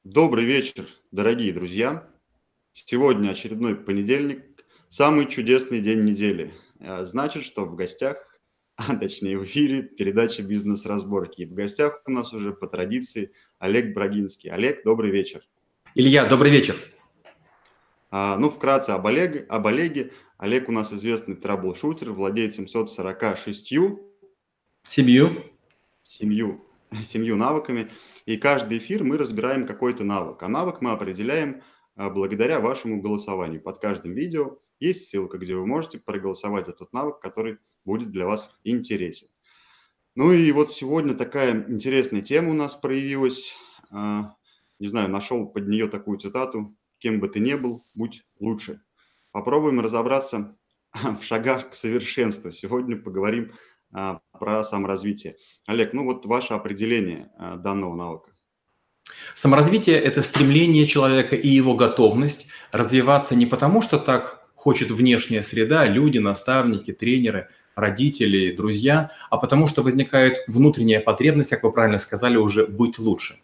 Добрый вечер, дорогие друзья. Сегодня очередной понедельник, самый чудесный день недели. Значит, что в гостях, а точнее в эфире передача «Бизнес-разборки». И в гостях у нас уже по традиции Олег Брагинский. Олег, добрый вечер. Илья, добрый вечер. Ну, вкратце об Олеге. Олег у нас известный траблшутер, владеет 746 Семью. семью навыками. И каждый эфир мы разбираем какой-то навык. А навык мы определяем благодаря вашему голосованию. Под каждым видео есть ссылка, где вы можете проголосовать за тот навык, который будет для вас интересен. Ну и вот сегодня такая интересная тема у нас проявилась. Не знаю, нашел под нее такую цитату: «Кем бы ты ни был, будь лучше». Попробуем разобраться в шагах к совершенству. Сегодня поговорим про саморазвитие. Олег, ну вот ваше определение данного навыка. Саморазвитие – это стремление человека и его готовность развиваться не потому, что так хочет внешняя среда, люди, наставники, тренеры, родители, друзья, а потому что возникает внутренняя потребность, как вы правильно сказали, уже быть лучше.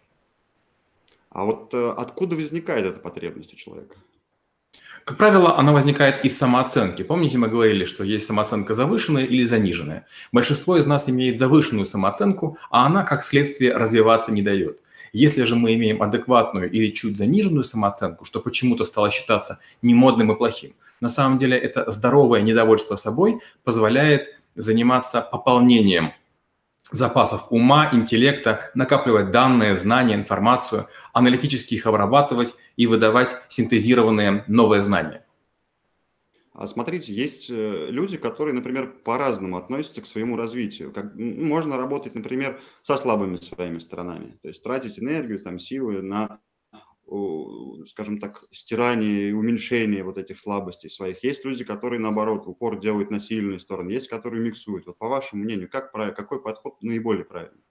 А вот откуда возникает эта потребность у человека? Как правило, она возникает из самооценки. Помните, мы говорили, что есть самооценка завышенная или заниженная. Большинство из нас имеет завышенную самооценку, а она, как следствие, развиваться не дает. Если же мы имеем адекватную или чуть заниженную самооценку, что почему-то стало считаться немодным и плохим, на самом деле это здоровое недовольство собой позволяет заниматься пополнением запасов ума, интеллекта, накапливать данные, знания, информацию, аналитически их обрабатывать и выдавать синтезированные новые знания. Смотрите, есть люди, которые, например, по-разному относятся к своему развитию. Можно работать, например, со слабыми своими сторонами, то есть тратить энергию, там, силы на, скажем так, стирание и уменьшение вот этих слабостей своих. Есть люди, которые, наоборот, упор делают на сильные стороны, есть, которые миксуют. Вот по вашему мнению, какой подход наиболее правильный?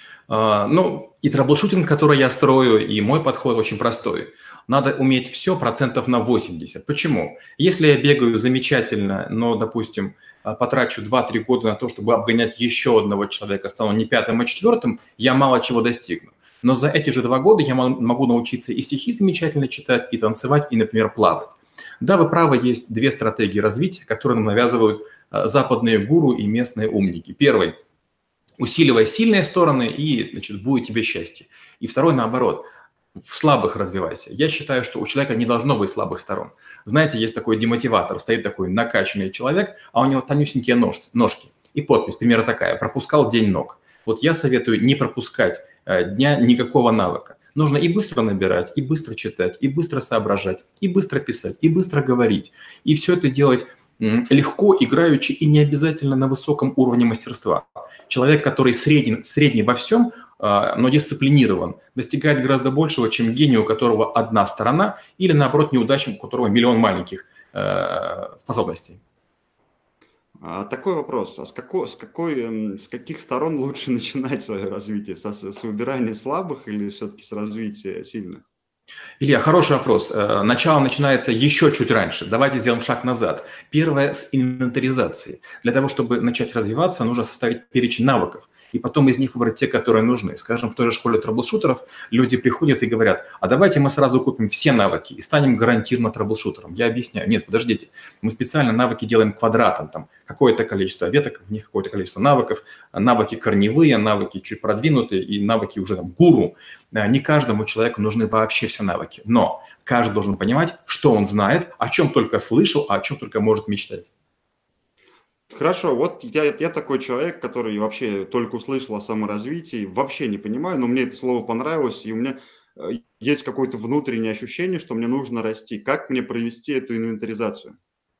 Ну, и траблшутинг, который я строю, и мой подход очень простой. Надо уметь все процентов на 80. Почему? Если я бегаю замечательно, но, допустим, потрачу 2-3 года на то, чтобы обгонять еще одного человека, стану не пятым, а четвертым, я мало чего достигну. Но за эти же 2 года я могу научиться и стихи замечательно читать, и танцевать, и, например, плавать. Да, вы правы, есть 2 стратегии развития, которые нам навязывают западные гуру и местные умники. Первый – усиливай сильные стороны, и, значит, будет тебе счастье. И второй, наоборот, в слабых развивайся. Я считаю, что у человека не должно быть слабых сторон. Знаете, есть такой демотиватор, стоит такой накачанный человек, а у него тонюсенькие ножки. И подпись, примерно такая: пропускал день ног. Вот я советую не пропускать дня никакого навыка. Нужно и быстро набирать, и быстро читать, и быстро соображать, и быстро писать, и быстро говорить. И все это делать легко, играючи и не обязательно на высоком уровне мастерства. Человек, который средний во всем, но дисциплинирован, достигает гораздо большего, чем гений, у которого одна сторона, или, наоборот, неудачник, у которого миллион маленьких способностей. Такой вопрос. С каких сторон лучше начинать свое развитие? С выбирания слабых или все-таки с развития сильных? Илья, хороший вопрос. Начало начинается еще чуть раньше. Давайте сделаем шаг назад. Первое – с инвентаризации. Для того, чтобы начать развиваться, нужно составить перечень навыков и потом из них выбрать те, которые нужны. Скажем, в той же школе трэблшутеров люди приходят и говорят: а давайте мы сразу купим все навыки и станем гарантированно трэблшутером. Я объясняю: нет, подождите, мы специально навыки делаем квадратом. Там какое-то количество веток, в них какое-то количество навыков, навыки корневые, навыки чуть продвинутые и навыки уже там гуру. Не каждому человеку нужны вообще все навыки, но каждый должен понимать, что он знает, о чем только слышал, а о чем только может мечтать. Хорошо, вот я такой человек, который вообще только услышал о саморазвитии, вообще не понимаю, но мне это слово понравилось, и у меня есть какое-то внутреннее ощущение, что мне нужно расти. Как мне провести эту инвентаризацию?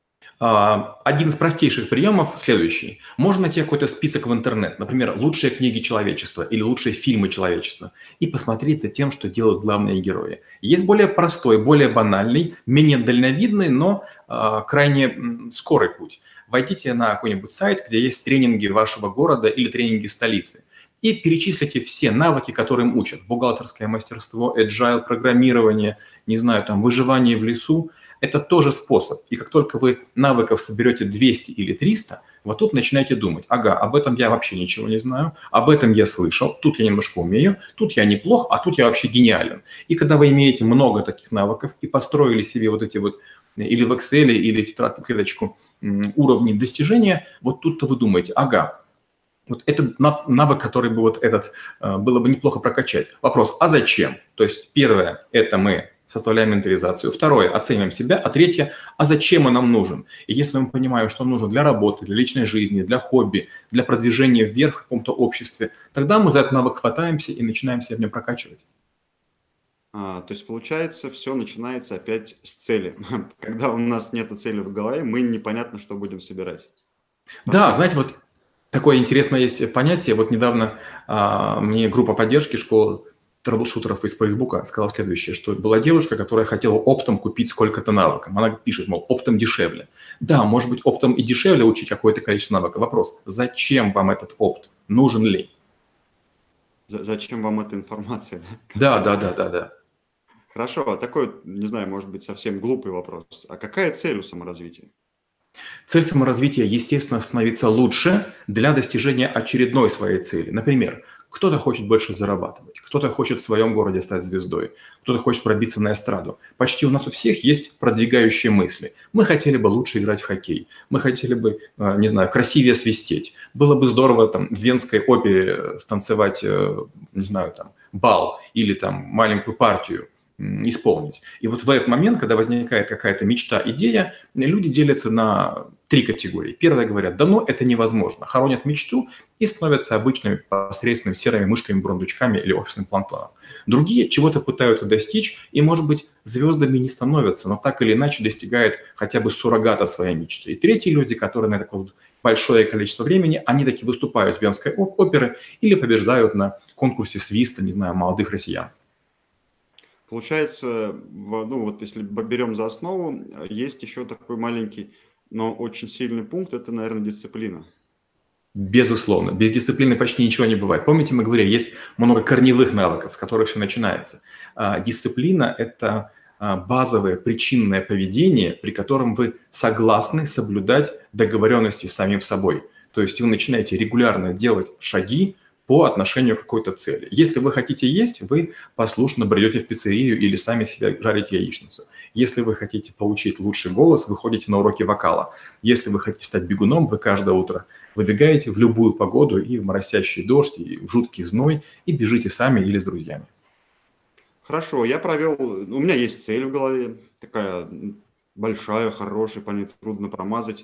Один из простейших приемов следующий. Можно найти какой-то список в интернет, например, лучшие книги человечества или лучшие фильмы человечества, и посмотреть за тем, что делают главные герои. Есть более простой, более банальный, менее дальновидный, но крайне скорый путь. Войдите на какой-нибудь сайт, где есть тренинги вашего города или тренинги столицы, и перечислите все навыки, которым учат. Бухгалтерское мастерство, agile, программирование, не знаю, там, выживание в лесу. Это тоже способ. И как только вы навыков соберете 200 или 300, Вот тут начинаете думать, ага, об этом я вообще ничего не знаю, об этом я слышал, тут я немножко умею, тут я неплох, а тут я вообще гениален. И когда вы имеете много таких навыков и построили себе вот эти вот или в Excel, или в тетрадку, клеточку уровни достижения, вот тут-то вы думаете, ага, вот это навык, который бы вот этот было бы неплохо прокачать. Вопрос, а зачем? То есть первое, это мы составляем инвентаризацию. Второе, оцениваем себя. А третье, а зачем он нам нужен? И если мы понимаем, что он нужен для работы, для личной жизни, для хобби, для продвижения вверх в каком-то обществе, тогда мы за этот навык хватаемся и начинаем себя в нем прокачивать. То есть, получается, все начинается опять с цели. Когда у нас нет цели в голове, мы непонятно, что будем собирать. По Да, сути. знаете, вот такое интересное есть понятие. Вот недавно мне группа поддержки школы трэблшутеров из Фейсбука сказала следующее, что была девушка, которая хотела оптом купить сколько-то навыков. Она пишет, мол, оптом дешевле. Да, может быть, оптом и дешевле учить какое-то количество навыков. Вопрос, зачем вам этот опт? Нужен ли? Зачем вам эта информация? Да, да, да, да, да. Хорошо, а такой, не знаю, может быть, совсем глупый вопрос. А какая цель у саморазвития? Цель саморазвития, естественно, становиться лучше для достижения очередной своей цели. Например, кто-то хочет больше зарабатывать, кто-то хочет в своем городе стать звездой, кто-то хочет пробиться на эстраду. Почти у нас у всех есть продвигающие мысли. Мы хотели бы лучше играть в хоккей, мы хотели бы, не знаю, красивее свистеть. Было бы здорово там в Венской опере станцевать, не знаю, там бал или там маленькую партию исполнить. И вот в этот момент, когда возникает какая-то мечта, идея, люди делятся на три категории. Первые говорят, да ну это невозможно, хоронят мечту и становятся обычными посредственными серыми мышками, бурундучками или офисным планктоном. Другие чего-то пытаются достичь и, может быть, звездами не становятся, но так или иначе достигают хотя бы суррогата своей мечты. И третьи люди, которые на это кладут большое количество времени, они таки выступают в Венской опере или побеждают на конкурсе свиста, не знаю, молодых россиян. Получается, ну вот если берем за основу, есть еще такой маленький, но очень сильный пункт, это, наверное, дисциплина. Безусловно. Без дисциплины почти ничего не бывает. Помните, мы говорили, есть много корневых навыков, с которых все начинается. Дисциплина – это базовое причинное поведение, при котором вы согласны соблюдать договоренности с самим собой. То есть вы начинаете регулярно делать шаги по отношению к какой-то цели. Если вы хотите есть, вы послушно бредете в пиццерию или сами себе жарите яичницу. Если вы хотите получить лучший голос, вы ходите на уроки вокала. Если вы хотите стать бегуном, вы каждое утро выбегаете в любую погоду и в моросящий дождь, и в жуткий зной, и бежите сами или с друзьями. Хорошо, я провел, у меня есть цель в голове, такая большая, хорошая, по ней трудно промазать.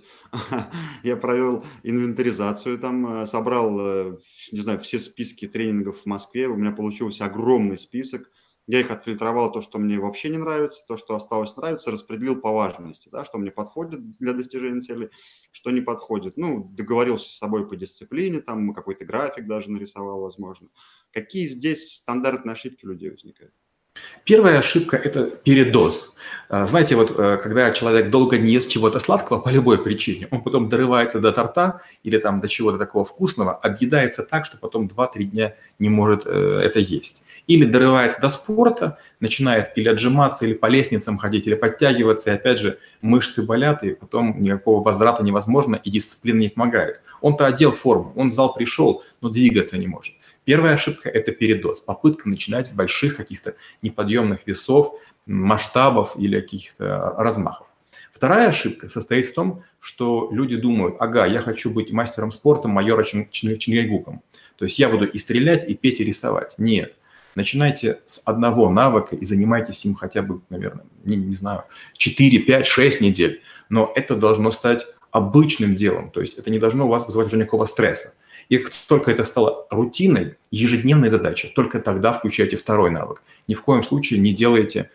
Я провел инвентаризацию там, собрал, не знаю, все списки тренингов в Москве, у меня получился огромный список. Я их отфильтровал, то, что мне вообще не нравится, то, что осталось нравится, распределил по важности, да, что мне подходит для достижения цели, что не подходит. Ну, договорился с собой по дисциплине, там какой-то график даже нарисовал, возможно. Какие здесь стандартные ошибки у людей возникают? Первая ошибка – это передоз. Знаете, вот когда человек долго не ест чего-то сладкого по любой причине, он потом дорывается до торта или там до чего-то такого вкусного, объедается так, что потом 2-3 дня не может это есть. Или дорывается до спорта, начинает или отжиматься, или по лестницам ходить, или подтягиваться, и опять же мышцы болят, и потом никакого возврата невозможно, и дисциплина не помогает. Он-то одел форму, он в зал пришел, но двигаться не может. Первая ошибка – это передоз, попытка начинать с больших каких-то неподъемных весов, масштабов или каких-то размахов. Вторая ошибка состоит в том, что люди думают, ага, я хочу быть мастером спорта, майора Чингайгуком. То есть я буду и стрелять, и петь, и рисовать. Нет. Начинайте с одного навыка и занимайтесь им хотя бы, наверное, не знаю, 4, 5, 6 недель. Но это должно стать обычным делом. То есть это не должно у вас вызывать уже никакого стресса. И как только это стало рутиной, ежедневной задачей, только тогда включайте второй навык. Ни в коем случае не делайте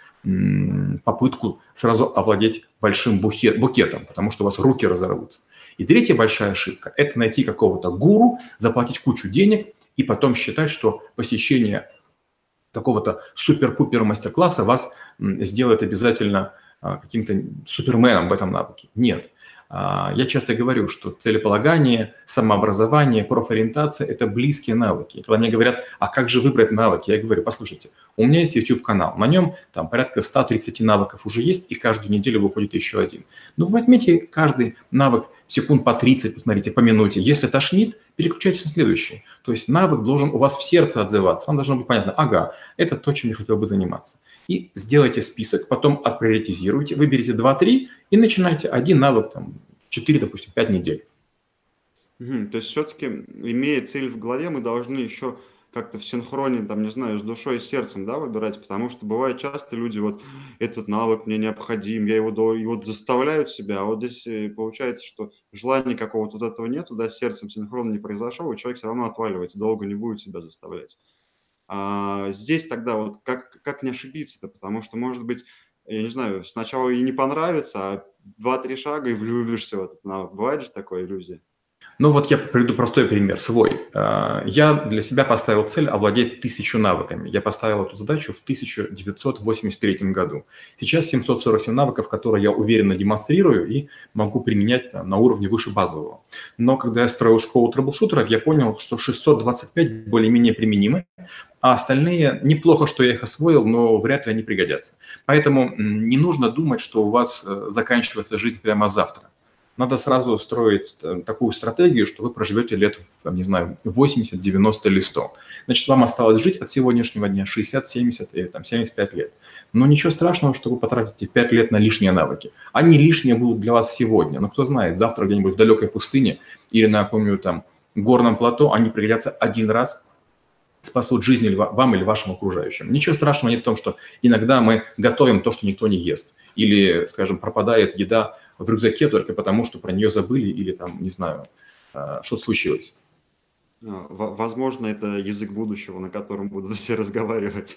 попытку сразу овладеть большим букетом, потому что у вас руки разорвутся. И третья большая ошибка – это найти какого-то гуру, заплатить кучу денег и потом считать, что посещение какого-то супер-пупер мастер-класса вас сделает обязательно каким-то суперменом в этом навыке. Нет. Я часто говорю, что целеполагание, самообразование, профориентация – это близкие навыки. И когда мне говорят, а как же выбрать навыки, я говорю, послушайте, у меня есть YouTube-канал, на нем там порядка 130 навыков уже есть, и каждую неделю выходит еще один. Ну, возьмите каждый навык секунд по 30, посмотрите, по минуте. Если тошнит, переключайтесь на следующий. То есть навык должен у вас в сердце отзываться. Вам должно быть понятно, ага, это то, чем я хотел бы заниматься. И сделайте список, потом отприоритизируйте, выберите 2-3 и начинайте один навык, там, 4, допустим, 5 недель. То есть все-таки, имея цель в голове, мы должны еще как-то в синхроне, там, не знаю, с душой и сердцем, да, выбирать, потому что бывает часто люди, вот, этот навык мне необходим, я его, и вот заставляют себя, а вот здесь получается, что желания какого-то вот этого нету, да, с сердцем синхрон не произошел, и человек все равно отваливается, долго не будет себя заставлять. Здесь тогда вот как не ошибиться-то, потому что, может быть, я не знаю, сначала и не понравится, а 2-3 шага и влюбишься в этот навык. Бывает же такое, иллюзия? Ну вот я приведу простой пример, свой. Я для себя поставил цель овладеть 1000 навыками. Я поставил эту задачу в 1983 году. Сейчас 747 навыков, которые я уверенно демонстрирую и могу применять там, на уровне выше базового. Но когда я строил школу трэблшутеров, я понял, что 625 более-менее применимы, а остальные неплохо, что я их освоил, но вряд ли они пригодятся. Поэтому не нужно думать, что у вас заканчивается жизнь прямо завтра. Надо сразу строить такую стратегию, что вы проживете лет, не знаю, 80, 90 или 100. Значит, вам осталось жить от сегодняшнего дня 60, 70 или там, 75 лет. Но ничего страшного, что вы потратите 5 лет на лишние навыки. Они лишние будут для вас сегодня. Но кто знает, завтра где-нибудь в далекой пустыне или на каком-нибудь там горном плато они пригодятся один раз, спасут жизнь вам или вашим окружающим. Ничего страшного нет в том, что иногда мы готовим то, что никто не ест. Или, скажем, пропадает еда в рюкзаке только потому, что про нее забыли или там, не знаю, что-то случилось. Возможно, это язык будущего, на котором будут все разговаривать.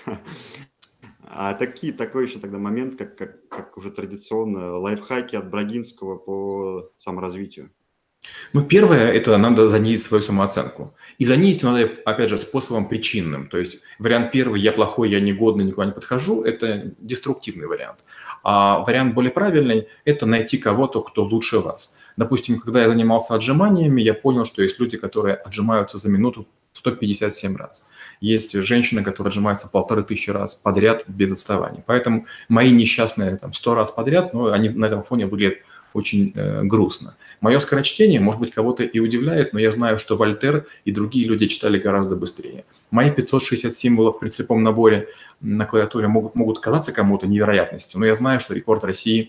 А такой еще тогда момент, как уже традиционно, лайфхаки от Брагинского по саморазвитию. Ну, первое, это надо занизить свою самооценку. И занизить надо, опять же, способом причинным. То есть вариант первый «я плохой, я негодный, никуда не подхожу» – это деструктивный вариант. А вариант более правильный – это найти кого-то, кто лучше вас. Допустим, когда я занимался отжиманиями, я понял, что есть люди, которые отжимаются за минуту 157 раз. Есть женщины, которые отжимаются 1500 раз подряд без отставания. Поэтому мои несчастные там, 100 раз подряд, ну, они на этом фоне выглядят очень грустно. Мое скорочтение, может быть, кого-то и удивляет, но я знаю, что Вольтер и другие люди читали гораздо быстрее. Мои 560 символов при цепом наборе на клавиатуре могут казаться кому-то невероятностью, но я знаю, что рекорд России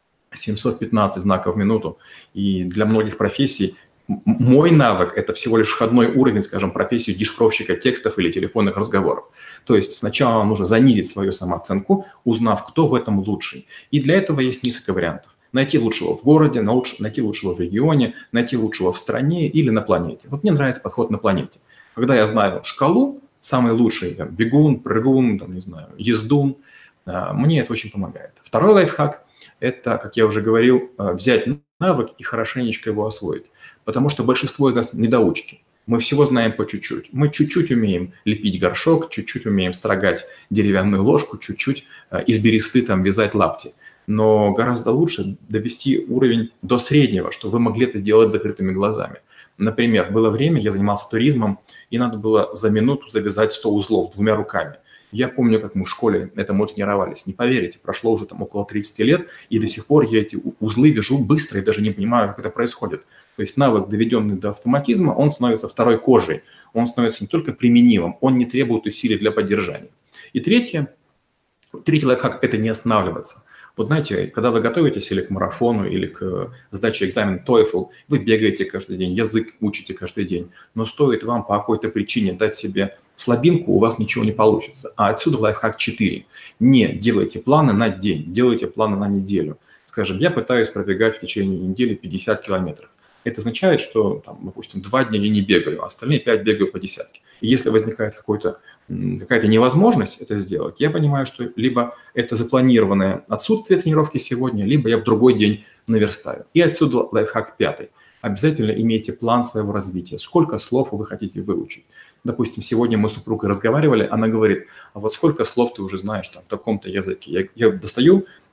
715 знаков в минуту. И для многих профессий мой навык – это всего лишь входной уровень, скажем, профессии дешифровщика текстов или телефонных разговоров. То есть сначала вам нужно занизить свою самооценку, узнав, кто в этом лучший. И для этого есть несколько вариантов. Найти лучшего в городе, найти лучшего в регионе, найти лучшего в стране или на планете. Вот мне нравится подход на планете. Когда я знаю шкалу, самый лучший там, бегун, прыгун, там, не знаю, ездун, мне это очень помогает. Второй лайфхак – это, как я уже говорил, взять навык и хорошенечко его освоить. Потому что большинство из нас недоучки. Мы всего знаем по чуть-чуть. Мы чуть-чуть умеем лепить горшок, чуть-чуть умеем строгать деревянную ложку, чуть-чуть из бересты там вязать лапти. Но гораздо лучше довести уровень до среднего, чтобы вы могли это делать закрытыми глазами. Например, было время, я занимался туризмом, и надо было за минуту завязать 100 узлов 2 руками. Я помню, как мы в школе этому тренировались. Не поверите, прошло уже там около 30 лет, и до сих пор я эти узлы вяжу быстро и даже не понимаю, как это происходит. То есть навык, доведенный до автоматизма, он становится второй кожей. Он становится не только применимым, он не требует усилий для поддержания. И третий лайфхак – это не останавливаться. Вот знаете, когда вы готовитесь или к марафону, или к сдаче экзамена TOEFL, вы бегаете каждый день, язык учите каждый день, но стоит вам по какой-то причине дать себе слабинку, у вас ничего не получится. А отсюда лайфхак 4. Не делайте планы на день, делайте планы на неделю. Скажем, я пытаюсь пробегать в течение недели 50 километров. Это означает, что, там, допустим, 2 дня я не бегаю, а остальные 5 бегаю по десятке. И если возникает какая-то невозможность это сделать, я понимаю, что либо это запланированное отсутствие тренировки сегодня, либо я в другой день наверстаю. И отсюда лайфхак 5. Обязательно имейте план своего развития. Сколько слов вы хотите выучить? Допустим, сегодня мы с супругой разговаривали, она говорит, а вот сколько слов ты уже знаешь там, в таком-то языке? Я достаю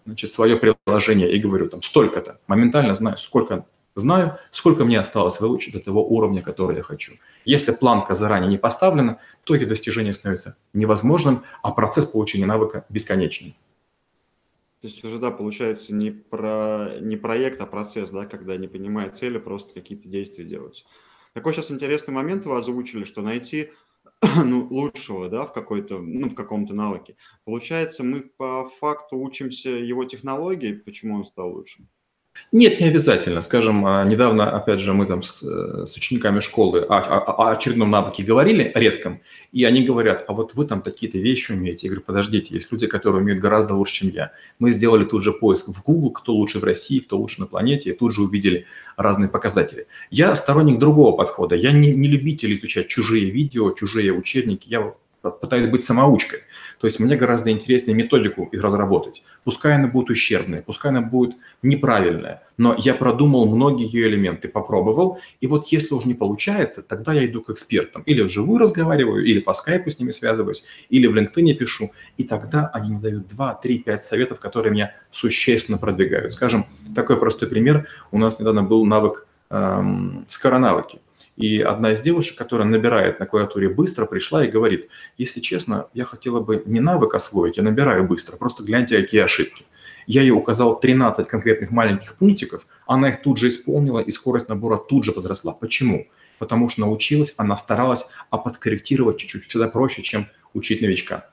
значит, свое приложение и говорю там столько-то, моментально знаю, сколько мне осталось выучить до того уровня, который я хочу. Если планка заранее не поставлена, то их достижение становится невозможным, а процесс получения навыка бесконечным. То есть уже, да, получается не проект, а процесс, да, когда не понимая цели, просто какие-то действия делаются. Такой сейчас интересный момент вы озвучили, что найти ну, лучшего, да, в какой-то, ну, в каком-то навыке. Получается, мы по факту учимся его технологии, почему он стал лучшим? Нет, не обязательно. Скажем, недавно, опять же, мы там с учениками школы о очередном навыке говорили, редком, и они говорят, а вот вы там такие-то вещи умеете. Я говорю, подождите, есть люди, которые умеют гораздо лучше, чем я. Мы сделали тут же поиск в Google, кто лучше в России, кто лучше на планете, и тут же увидели разные показатели. Я сторонник другого подхода. Я не любитель изучать чужие видео, чужие учебники. Я пытаюсь быть самоучкой. То есть мне гораздо интереснее методику разработать. Пускай она будет ущербная, пускай она будет неправильная, но я продумал многие ее элементы, попробовал, и вот если уж не получается, тогда я иду к экспертам. Или вживую разговариваю, или по скайпу с ними связываюсь, или в LinkedIn пишу, и тогда они мне дают 2, 3, 5 советов, которые меня существенно продвигают. Скажем, такой простой пример. У нас недавно был навык скоронавыки. И одна из девушек, которая набирает на клавиатуре быстро, пришла и говорит, если честно, я хотела бы не навык освоить, я набираю быстро, просто гляньте, какие ошибки. Я ей указал 13 конкретных маленьких пунктиков, она их тут же исполнила, и скорость набора тут же возросла. Почему? Потому что научилась, она старалась, а подкорректировать чуть-чуть всегда проще, чем учить новичка.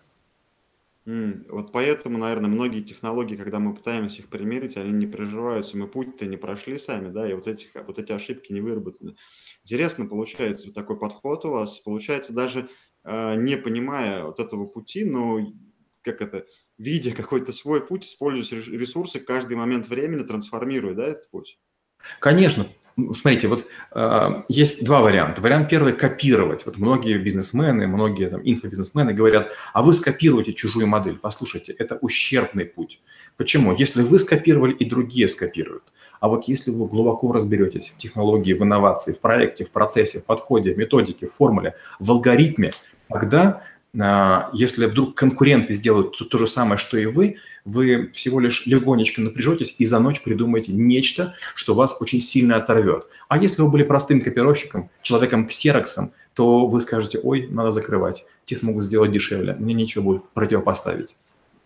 Вот поэтому, наверное, многие технологии, когда мы пытаемся их примерить, они не приживаются. Мы путь-то не прошли сами, да, и вот эти ошибки не выработаны. Интересно получается вот такой подход у вас. Получается, даже не понимая вот этого пути, но как это, видя какой-то свой путь, используя ресурсы, каждый момент времени трансформируя, да, этот путь. Конечно. Смотрите, вот есть два варианта. Вариант первый – копировать. Вот многие бизнесмены, многие там, инфобизнесмены говорят, а вы скопируете чужую модель. Послушайте, это ущербный путь. Почему? Если вы скопировали, и другие скопируют. А вот если вы глубоко разберетесь в технологии, в инновации, в проекте, в процессе, в подходе, в методике, в формуле, в алгоритме, тогда, если вдруг конкуренты сделают то же самое, что и вы всего лишь легонечко напряжетесь и за ночь придумаете нечто, что вас очень сильно оторвет. А если вы были простым копировщиком, человеком ксероксом, то вы скажете, ой, надо закрывать, те смогут сделать дешевле, мне нечего будет противопоставить.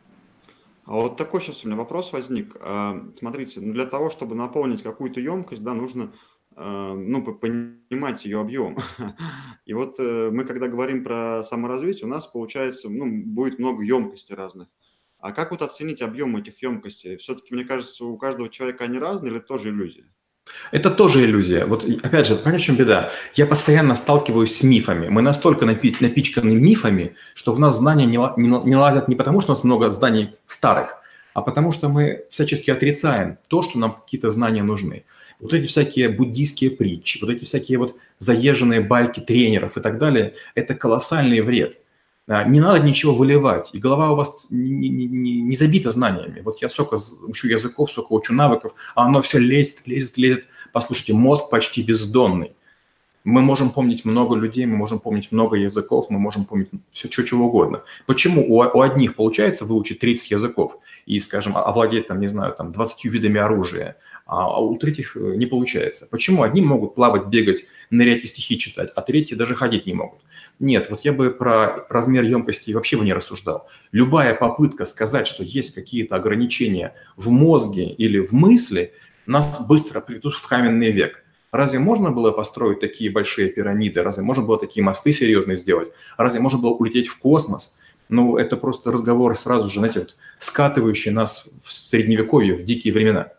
А вот такой сейчас у меня вопрос возник. Смотрите, ну для того, чтобы наполнить какую-то емкость, да, нужно ну, понимать ее объем. И вот мы, когда говорим про саморазвитие, у нас получается, ну, будет много емкостей разных. А как вот оценить объем этих емкостей? Все-таки, мне кажется, у каждого человека они разные или это тоже иллюзия? Это тоже иллюзия. Вот опять же, понимаете, в чем беда? Я постоянно сталкиваюсь с мифами. Мы настолько напичканы мифами, что в нас знания не лазят не потому, что у нас много знаний старых, а потому что мы всячески отрицаем то, что нам какие-то знания нужны. Вот эти всякие буддийские притчи, вот эти всякие вот заезженные байки тренеров и так далее, это колоссальный вред. Не надо ничего выливать, и голова у вас не забита знаниями. Вот я сколько учу языков, сколько учу навыков, а оно все лезет. Послушайте, мозг почти бездонный. Мы можем помнить много людей, мы можем помнить много языков, мы можем помнить все, чего угодно. Почему у одних получается выучить 30 языков и, скажем, овладеть, там, не знаю, там, 20 видами оружия, а у третьих не получается? Почему одни могут плавать, бегать, нырять и стихи читать, а третьи даже ходить не могут? Нет, вот я бы про размер емкости вообще бы не рассуждал. Любая попытка сказать, что есть какие-то ограничения в мозге или в мысли, нас быстро придут в каменный век. Разве можно было построить такие большие пирамиды? Разве можно было такие мосты серьезные сделать? Разве можно было улететь в космос? Ну, это просто разговор сразу же, знаете, вот, скатывающий нас в средневековье, в дикие времена.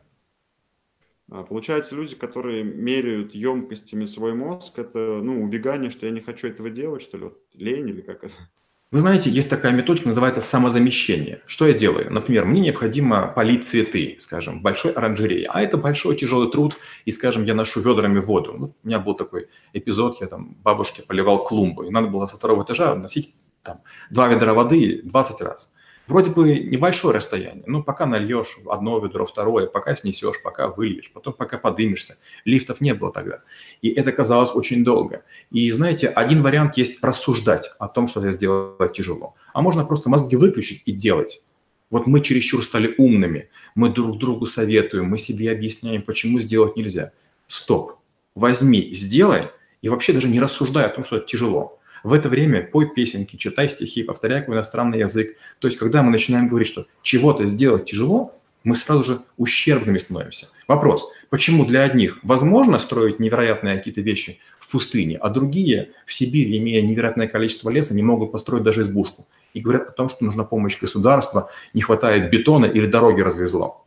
Получается, люди, которые меряют емкостями свой мозг, это, ну, убегание, что я не хочу этого делать, что ли, вот, лень или как это? Вы знаете, есть такая методика, называется самозамещение. Что я делаю? Например, мне необходимо полить цветы, скажем, в большой оранжерее. А это большой тяжелый труд, и, скажем, я ношу ведрами воду. Ну, у меня был такой эпизод, я там бабушке поливал клумбу, и надо было со второго этажа носить там 2 ведра воды 20 раз. Вроде бы небольшое расстояние, но пока нальешь одно ведро, второе, пока снесешь, пока выльешь, потом пока подымешься. Лифтов не было тогда. И это казалось очень долго. И знаете, один вариант есть рассуждать о том, что это сделать тяжело. А можно просто мозги выключить и делать. Вот мы чересчур стали умными, мы друг другу советуем, мы себе объясняем, почему сделать нельзя. Стоп, возьми, сделай, и вообще даже не рассуждай о том, что это тяжело. В это время пой песенки, читай стихи, повторяй какой иностранный язык. То есть, когда мы начинаем говорить, что чего-то сделать тяжело, мы сразу же ущербными становимся. Вопрос, почему для одних возможно строить невероятные какие-то вещи в пустыне, а другие в Сибири, имея невероятное количество леса, не могут построить даже избушку? И говорят о том, что нужна помощь государства, не хватает бетона или дороги развезло.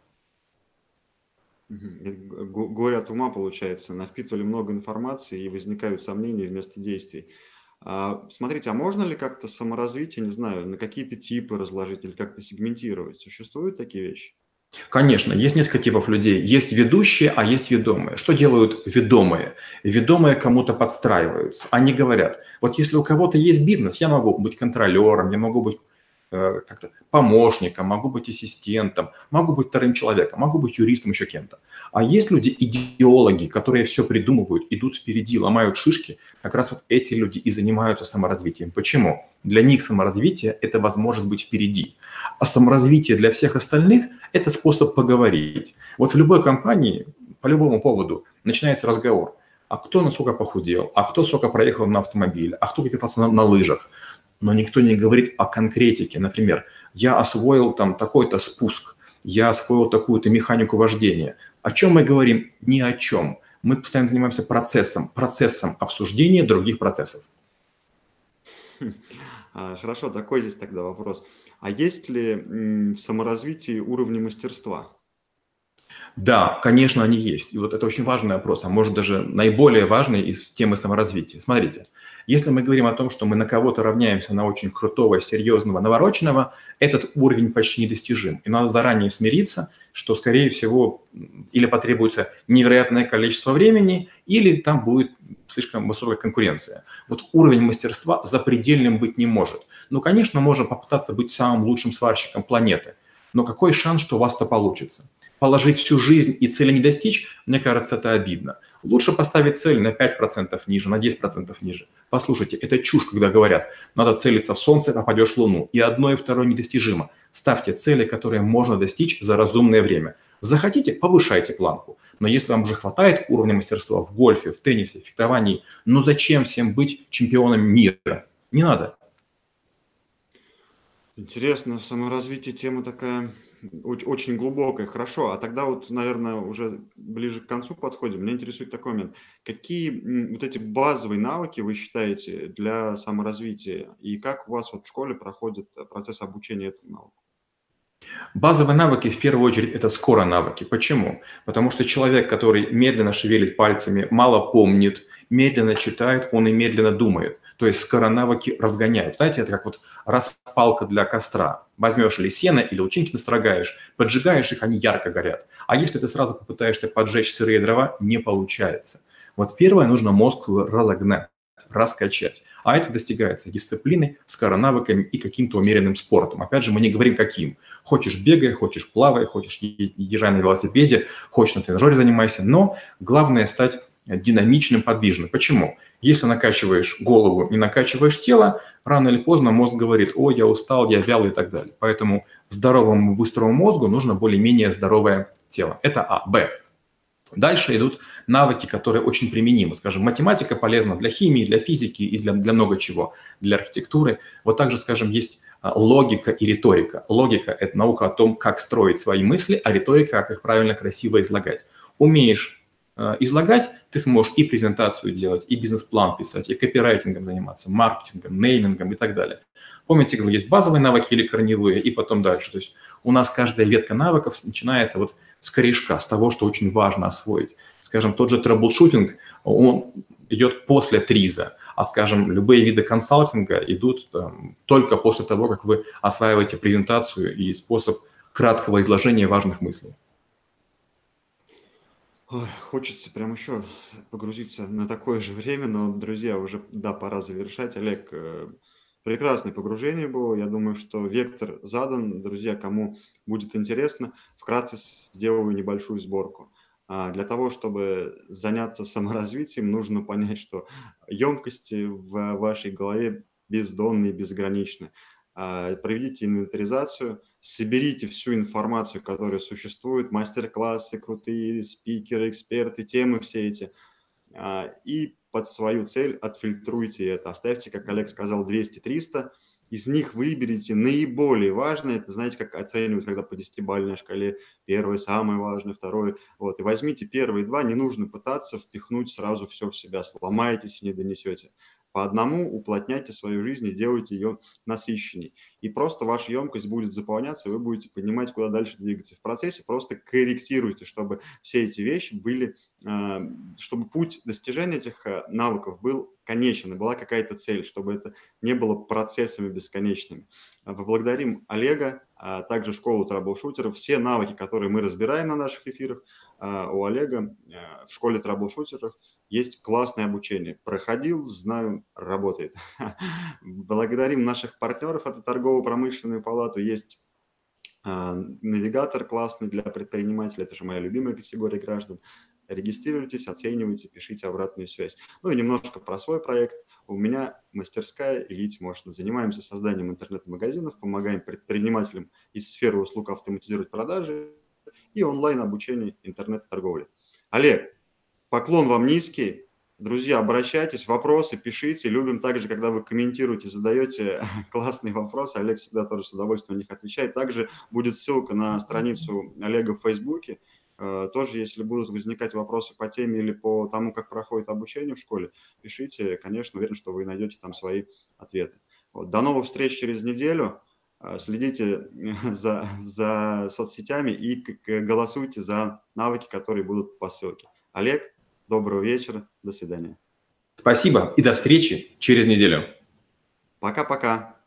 Это горе от ума получается. Навпитывали много информации и возникают сомнения вместо действий. Смотрите, а можно ли как-то саморазвитие, не знаю, на какие-то типы разложить или как-то сегментировать? Существуют такие вещи? Конечно, есть несколько типов людей. Есть ведущие, а есть ведомые. Что делают ведомые? Ведомые кому-то подстраиваются. Они говорят, вот если у кого-то есть бизнес, я могу быть контролером, я могу быть как-то помощником, могу быть ассистентом, могу быть вторым человеком, могу быть юристом, еще кем-то. А есть люди, идеологи, которые все придумывают, идут впереди, ломают шишки. Как раз вот эти люди и занимаются саморазвитием. Почему? Для них саморазвитие – это возможность быть впереди. А саморазвитие для всех остальных – это способ поговорить. Вот в любой компании по любому поводу начинается разговор. А кто насколько похудел, а кто сколько проехал на автомобиле, а кто катался на лыжах. Но никто не говорит о конкретике. Например, я освоил там такой-то спуск, я освоил такую-то механику вождения. О чем мы говорим? Ни о чем. Мы постоянно занимаемся процессом обсуждения других процессов. Хорошо, такой здесь тогда вопрос. А есть ли в саморазвитии уровни мастерства? Да, конечно, они есть. И вот это очень важный вопрос, а может даже наиболее важный из темы саморазвития. Смотрите, если мы говорим о том, что мы на кого-то равняемся на очень крутого, серьезного, навороченного, этот уровень почти недостижим. И надо заранее смириться, что, скорее всего, или потребуется невероятное количество времени, или там будет слишком высокая конкуренция. Вот уровень мастерства запредельным быть не может. Ну, конечно, можно попытаться быть самым лучшим сварщиком планеты, но какой шанс, что у вас это получится? Положить всю жизнь и цели не достичь, мне кажется, это обидно. Лучше поставить цель на 5% ниже, на 10% ниже. Послушайте, это чушь, когда говорят, надо целиться в Солнце, попадешь в Луну. И одно, и второе недостижимо. Ставьте цели, которые можно достичь за разумное время. Захотите, повышайте планку. Но если вам уже хватает уровня мастерства в гольфе, в теннисе, в фехтовании, ну зачем всем быть чемпионом мира? Не надо. Интересно, саморазвитие тема такая очень глубокая. Хорошо, а тогда вот, наверное, уже ближе к концу подходим. Меня интересует такой момент. Какие вот эти базовые навыки вы считаете для саморазвития? И как у вас вот в школе проходит процесс обучения этому навыку? Базовые навыки, в первую очередь, это скоро-навыки. Почему? Потому что человек, который медленно шевелит пальцами, мало помнит, медленно читает, он и медленно думает. То есть скоро-навыки разгоняют. Знаете, это как вот распалка для костра. Возьмешь или сено, или лучинки настрогаешь, поджигаешь их, они ярко горят. А если ты сразу попытаешься поджечь сырые дрова, не получается. Вот первое, нужно мозг разогнать, раскачать. А это достигается дисциплиной, скоро-навыками и каким-то умеренным спортом. Опять же, мы не говорим каким. Хочешь бегай, хочешь плавай, хочешь езжай на велосипеде, хочешь на тренажере занимайся, но главное стать динамичным, подвижным. Почему? Если накачиваешь голову, не накачиваешь тело, рано или поздно мозг говорит: ой, я устал, я вялый и так далее. Поэтому здоровому быстрому мозгу нужно более-менее здоровое тело. Это А. Б. Дальше идут навыки, которые очень применимы. Скажем, математика полезна для химии, для физики и для много чего, для архитектуры. Вот также, скажем, есть логика и риторика. Логика – это наука о том, как строить свои мысли, а риторика – как их правильно, красиво излагать. Умеешь излагать, ты сможешь и презентацию делать, и бизнес-план писать, и копирайтингом заниматься, маркетингом, неймингом и так далее. Помните, есть базовые навыки или корневые, и потом дальше. То есть у нас каждая ветка навыков начинается вот с корешка, с того, что очень важно освоить. Скажем, тот же трэблшутинг, он идет после триза, а, скажем, любые виды консалтинга идут только после того, как вы осваиваете презентацию и способ краткого изложения важных мыслей. Ой, хочется прям еще погрузиться на такое же время, но, друзья, уже, да, пора завершать. Олег, прекрасное погружение было. Я думаю, что вектор задан. Друзья, кому будет интересно, вкратце сделаю небольшую сборку. Для того, чтобы заняться саморазвитием, нужно понять, что емкости в вашей голове бездонны и безграничны. проведите инвентаризацию, соберите всю информацию, которая существует, мастер-классы, крутые спикеры, эксперты, темы все эти, и под свою цель отфильтруйте это. Оставьте, как Олег сказал, 200-300. Из них выберите наиболее важное. Это, знаете, как оценивают, когда по 10-бальной шкале. Первое самое важное, второе. Вот. И возьмите первые два. Не нужно пытаться впихнуть сразу все в себя. Сломаетесь и не донесете. По одному уплотняйте свою жизнь и делайте ее насыщенней. И просто ваша емкость будет заполняться, и вы будете понимать, куда дальше двигаться. В процессе просто корректируйте, чтобы все эти вещи были, чтобы путь достижения этих навыков был конечен, и была какая-то цель, чтобы это не было процессами бесконечными. Поблагодарим Олега, а также школу трэблшутеров. Все навыки, которые мы разбираем на наших эфирах, у Олега в школе трэблшутеров есть классное обучение. Проходил, знаю, работает. Благодарим наших партнеров. Это торгово-промышленную палату. Есть навигатор классный для предпринимателей. Это же моя любимая категория граждан. Регистрируйтесь, оценивайте, пишите обратную связь. Ну и немножко про свой проект. У меня мастерская Elite Motion. Занимаемся созданием интернет-магазинов, помогаем предпринимателям из сферы услуг автоматизировать продажи и онлайн-обучение интернет-торговли. Олег, поклон вам низкий. Друзья, обращайтесь, вопросы пишите. Любим также, когда вы комментируете, задаете классные вопросы. Олег всегда тоже с удовольствием на них отвечает. Также будет ссылка на страницу Олега в Фейсбуке. Тоже, если будут возникать вопросы по теме или по тому, как проходит обучение в школе, пишите. Конечно, уверен, что вы найдете там свои ответы. Вот. До новых встреч через неделю. Следите за соцсетями и голосуйте за навыки, которые будут по ссылке. Олег, доброго вечера, до свидания. Спасибо и до встречи через неделю. Пока-пока.